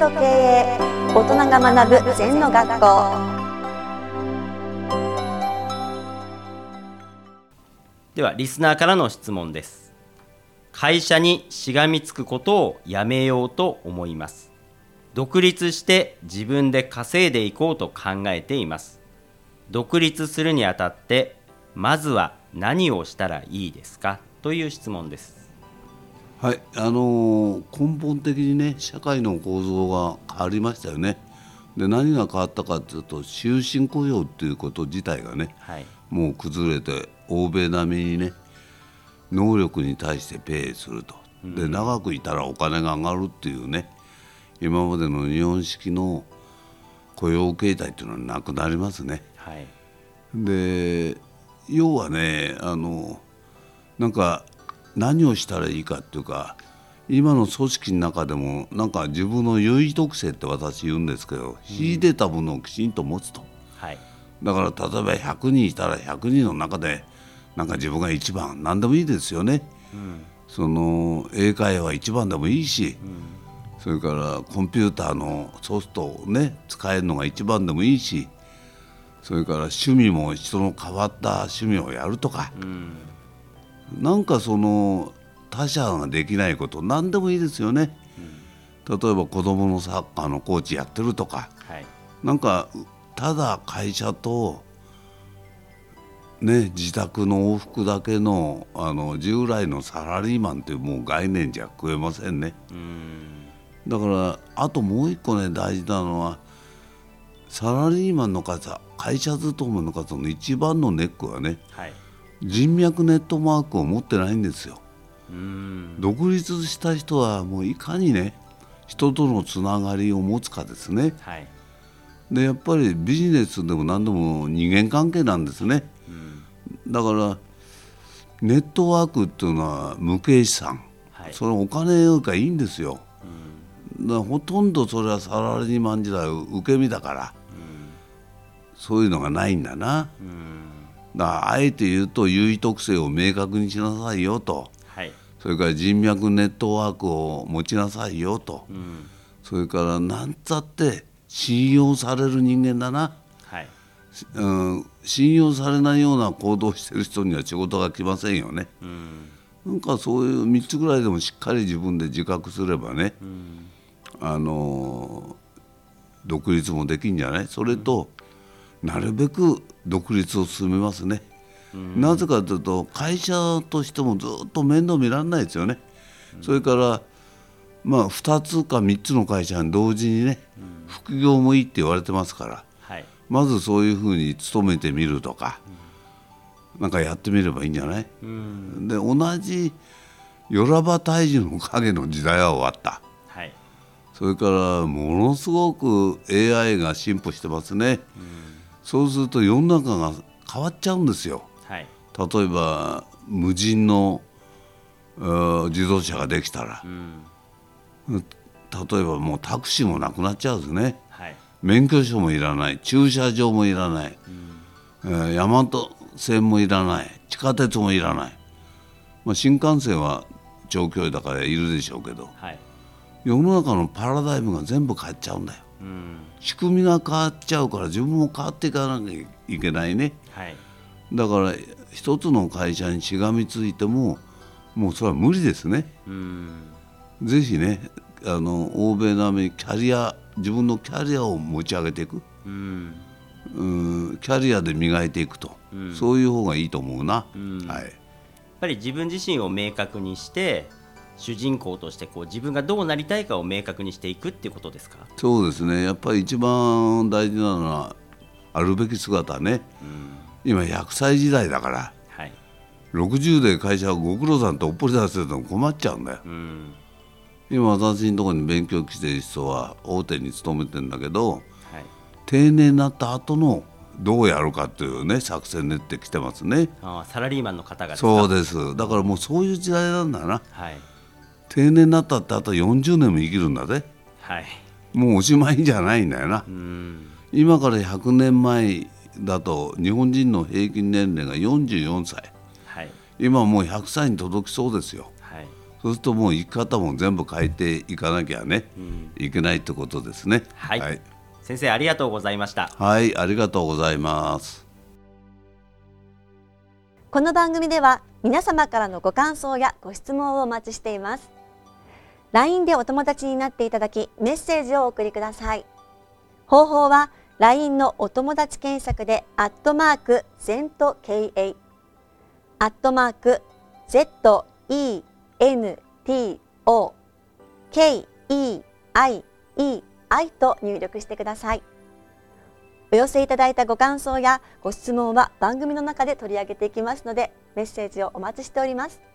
と経営、大人が学ぶ禅の学校。 ではリスナーからの質問です。会社にしがみつくことをやめようと思います。独立して自分で稼いでいこうと考えています。独立するにあたってまずは何をしたらいいですか、という質問です。 はい、根本的にね、社会の構造が変わりましたよね。で、何が変わったかというと、終身雇用っていうこと自体がね、もう崩れて欧米並みにね、能力に対してペイすると。で、長くいたらお金が上がるっていうね、今までの日本式の雇用形態っていうのはなくなりますね。で、要はね、なんか何をしたらいいかっていうか、今の組織の中でもなんか自分の優位特性って私言うんですけど、秀でたものをきちんと持つと、だから例えば100人いたら100人の中でなんか自分が一番、何でもいいですよね、その英会話一番でもいいし、それからコンピューターのソフトをね使えるのが一番でもいいし、それから趣味も人の変わった趣味をやるとか、なんかその他者ができないこと何でもいいですよね、例えば子どものサッカーのコーチやってるとか、なんかただ会社と、ね、自宅の往復だけの、従来のサラリーマンというもう概念じゃ食えませんね。だからあともう一個ね大事なのは、サラリーマンの方、会社勤めの方の一番のネックはね、人脈ネットワークを持ってないんですよ。独立した人はもういかにね人とのつながりを持つかですね、でやっぱりビジネスでも何でも人間関係なんですね、だからネットワークっていうのは無形資産、それお金よりかいいんですよ、だからほとんどそれはサラリーマン時代受け身だから、そういうのがないんだな、だからあえて言うと優位特性を明確にしなさいよと、それから人脈ネットワークを持ちなさいよと、それからなんつって信用される人間だな、信用されないような行動をしている人には仕事が来ませんよね、なんかそういう3つぐらいでもしっかり自分で自覚すればね、独立もできるんじゃない。それとなるべく独立を進めますね、なぜかというと会社としてもずっと面倒見られないですよね、それから2つか3つの会社に同時にね、副業もいいって言われてますから、まずそういうふうに勤めてみるとか、なんかやってみればいいんじゃない、で同じよらば退治の影の時代は終わった、それからものすごく AI が進歩してますね、そうすると世の中が変わっちゃうんですよ、例えば無人の自動車ができたら、例えばもうタクシーもなくなっちゃうんですね、免許証もいらない、駐車場もいらない、大和線もいらない、地下鉄もいらない、新幹線は長距離だからいるでしょうけど、世の中のパラダイムが全部変わっちゃうんだよ、仕組みが変わっちゃうから自分も変わっていかなきゃいけないね、だから一つの会社にしがみついてももうそれは無理ですね、ぜひね欧米並みに自分のキャリアを持ち上げていく、キャリアで磨いていくと、そういう方がいいと思うな、やっぱり自分自身を明確にして主人公として自分がどうなりたいかを明確にしていくっていうことですか。 そうですね、やっぱり一番大事なのはあるべき姿ね、今100歳時代だから、60で会社をご苦労さんとおっぽり出せると困っちゃうんだよ、今私のところに勉強来てる人は大手に勤めてるんだけど、定年になった後のどうやるかというね作戦練ってきてますね。 サラリーマンの方がですか。 そうです。だからもうそういう時代なんだな、定年になったってあと40年も生きるんだぜ、もうおしまいじゃないんだよな。今から100年前だと日本人の平均年齢が44歳、今もう100歳に届きそうですよ、 そうするともう生き方も全部変えていかなきゃね、いけないってことですね。 はい、 はい、 先生ありがとうございました。 はい、ありがとうございます。 この番組では皆様からのご感想やご質問をお待ちしています。LINE でお友達になっていただきメッセージをお送りください。方法は LINE のお友達検索で@ZENTKEI@ZENTOKEIEI と入力してください。お寄せいただいたご感想やご質問は番組の中で取り上げていきますので、メッセージをお待ちしております。